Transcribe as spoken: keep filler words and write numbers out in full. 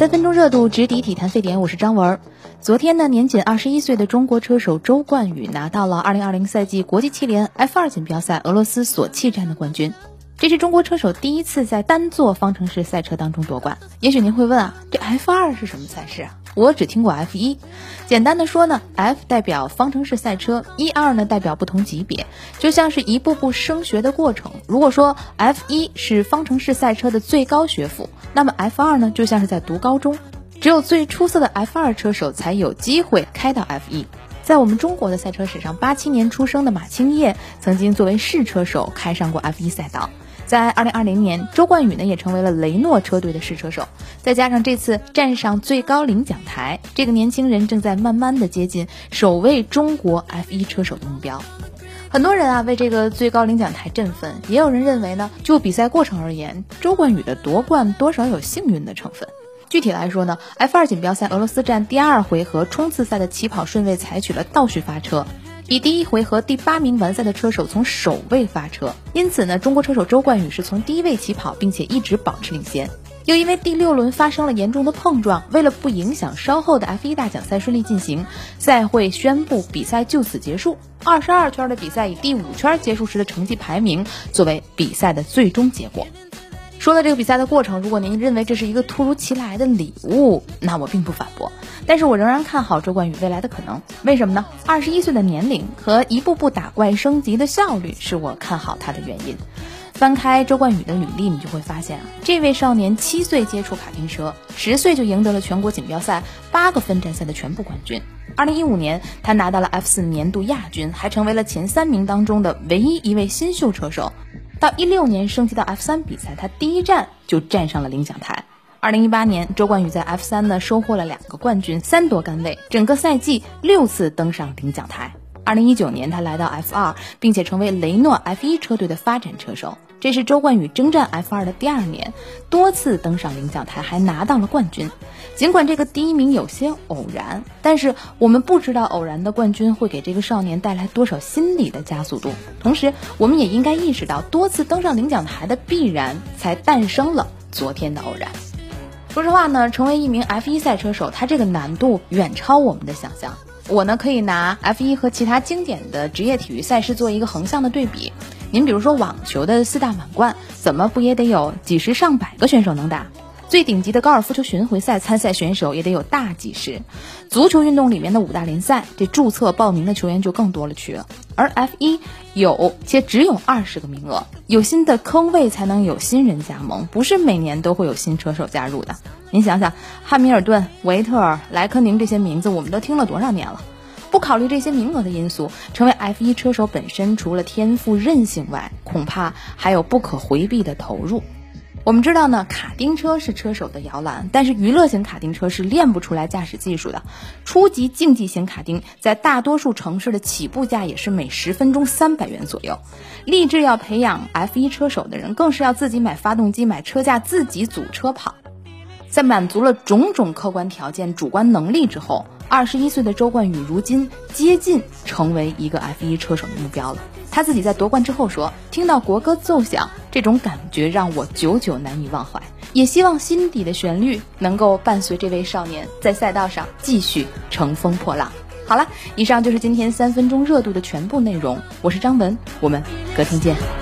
三分钟热度，直抵体坛沸点，我是张文。昨天呢，年仅二十一岁的中国车手周冠宇拿到了二零二零赛季国际汽联 F 二 锦标赛俄罗斯索契站的冠军。这是中国车手第一次在单座方程式赛车当中夺冠。也许您会问啊，这 F 二 是什么赛事啊？我只听过 F 一。简单的说呢 ，F 代表方程式赛车，一、二呢代表不同级别，就像是一步步升学的过程。如果说 F 一 是方程式赛车的最高学府，那么 F 二 呢就像是在读高中。只有最出色的 F 二 车手才有机会开到 F 一。在我们中国的赛车史上，八七年出生的马青叶曾经作为试车手开上过 F 一 赛道。在二零二零年，周冠宇呢也成为了雷诺车队的试车手，再加上这次站上最高领奖台，这个年轻人正在慢慢的接近首位中国 F 一 车手的目标。很多人啊为这个最高领奖台振奋，也有人认为呢，就比赛过程而言，周冠宇的夺冠多少有幸运的成分。具体来说呢 ，F 二 锦标赛俄罗斯站第二回合冲刺赛的起跑顺位采取了倒序发车，以第一回合第八名完赛的车手从首位发车，因此呢，中国车手周冠宇是从第一位起跑，并且一直保持领先。又因为第六轮发生了严重的碰撞，为了不影响稍后的 F 一 大奖赛顺利进行，赛会宣布比赛就此结束。二十二圈的比赛以第五圈结束时的成绩排名作为比赛的最终结果。说了这个比赛的过程，如果您认为这是一个突如其来的礼物，那我并不反驳，但是我仍然看好周冠宇未来的可能。为什么呢？二十一岁的年龄和一步步打怪升级的效率是我看好他的原因。翻开周冠宇的履历，你就会发现啊，这位少年七岁接触卡丁车，十岁就赢得了全国锦标赛八个分站赛的全部冠军。二零一五年，他拿到了 F 四 年度亚军，还成为了前三名当中的唯一一位新秀车手。到一六年升级到 F 三 比赛，他第一站就站上了领奖台。二零一八年，周冠宇在 F 三 呢收获了两个冠军，三夺杆位，整个赛季六次登上领奖台。二零一九年，他来到 F 二，并且成为雷诺 F 一 车队的发展车手。这是周冠宇征战 F 二 的第二年，多次登上领奖台，还拿到了冠军。尽管这个第一名有些偶然，但是我们不知道偶然的冠军会给这个少年带来多少心理的加速度。同时，我们也应该意识到，多次登上领奖台的必然，才诞生了昨天的偶然。说实话呢，成为一名 F 一 赛车手，它这个难度远超我们的想象。我呢可以拿 F 一 和其他经典的职业体育赛事做一个横向的对比。您比如说网球的四大满贯，怎么不也得有几十上百个选手能打？最顶级的高尔夫球巡回赛参赛选手也得有大几十。足球运动里面的五大联赛，这注册报名的球员就更多了去了。而 F 一 有且只有二十个名额，有新的坑位才能有新人加盟，不是每年都会有新车手加入的。您想想，汉密尔顿、维特尔、莱科宁这些名字我们都听了多少年了？不考虑这些名额的因素，成为 F 一 车手本身除了天赋韧性外，恐怕还有不可回避的投入。我们知道呢，卡丁车是车手的摇篮，但是娱乐型卡丁车是练不出来驾驶技术的。初级竞技型卡丁在大多数城市的起步价也是每十分钟三百元左右。立志要培养 F 一 车手的人，更是要自己买发动机、买车架，自己组车跑。在满足了种种客观条件、主观能力之后，二十一岁的周冠宇如今接近成为一个 F 一 车手的目标了。他自己在夺冠之后说，听到国歌奏响，这种感觉让我久久难以忘怀，也希望心底的旋律能够伴随这位少年在赛道上继续乘风破浪。好了，以上就是今天三分钟热度的全部内容，我是张文，我们隔天见。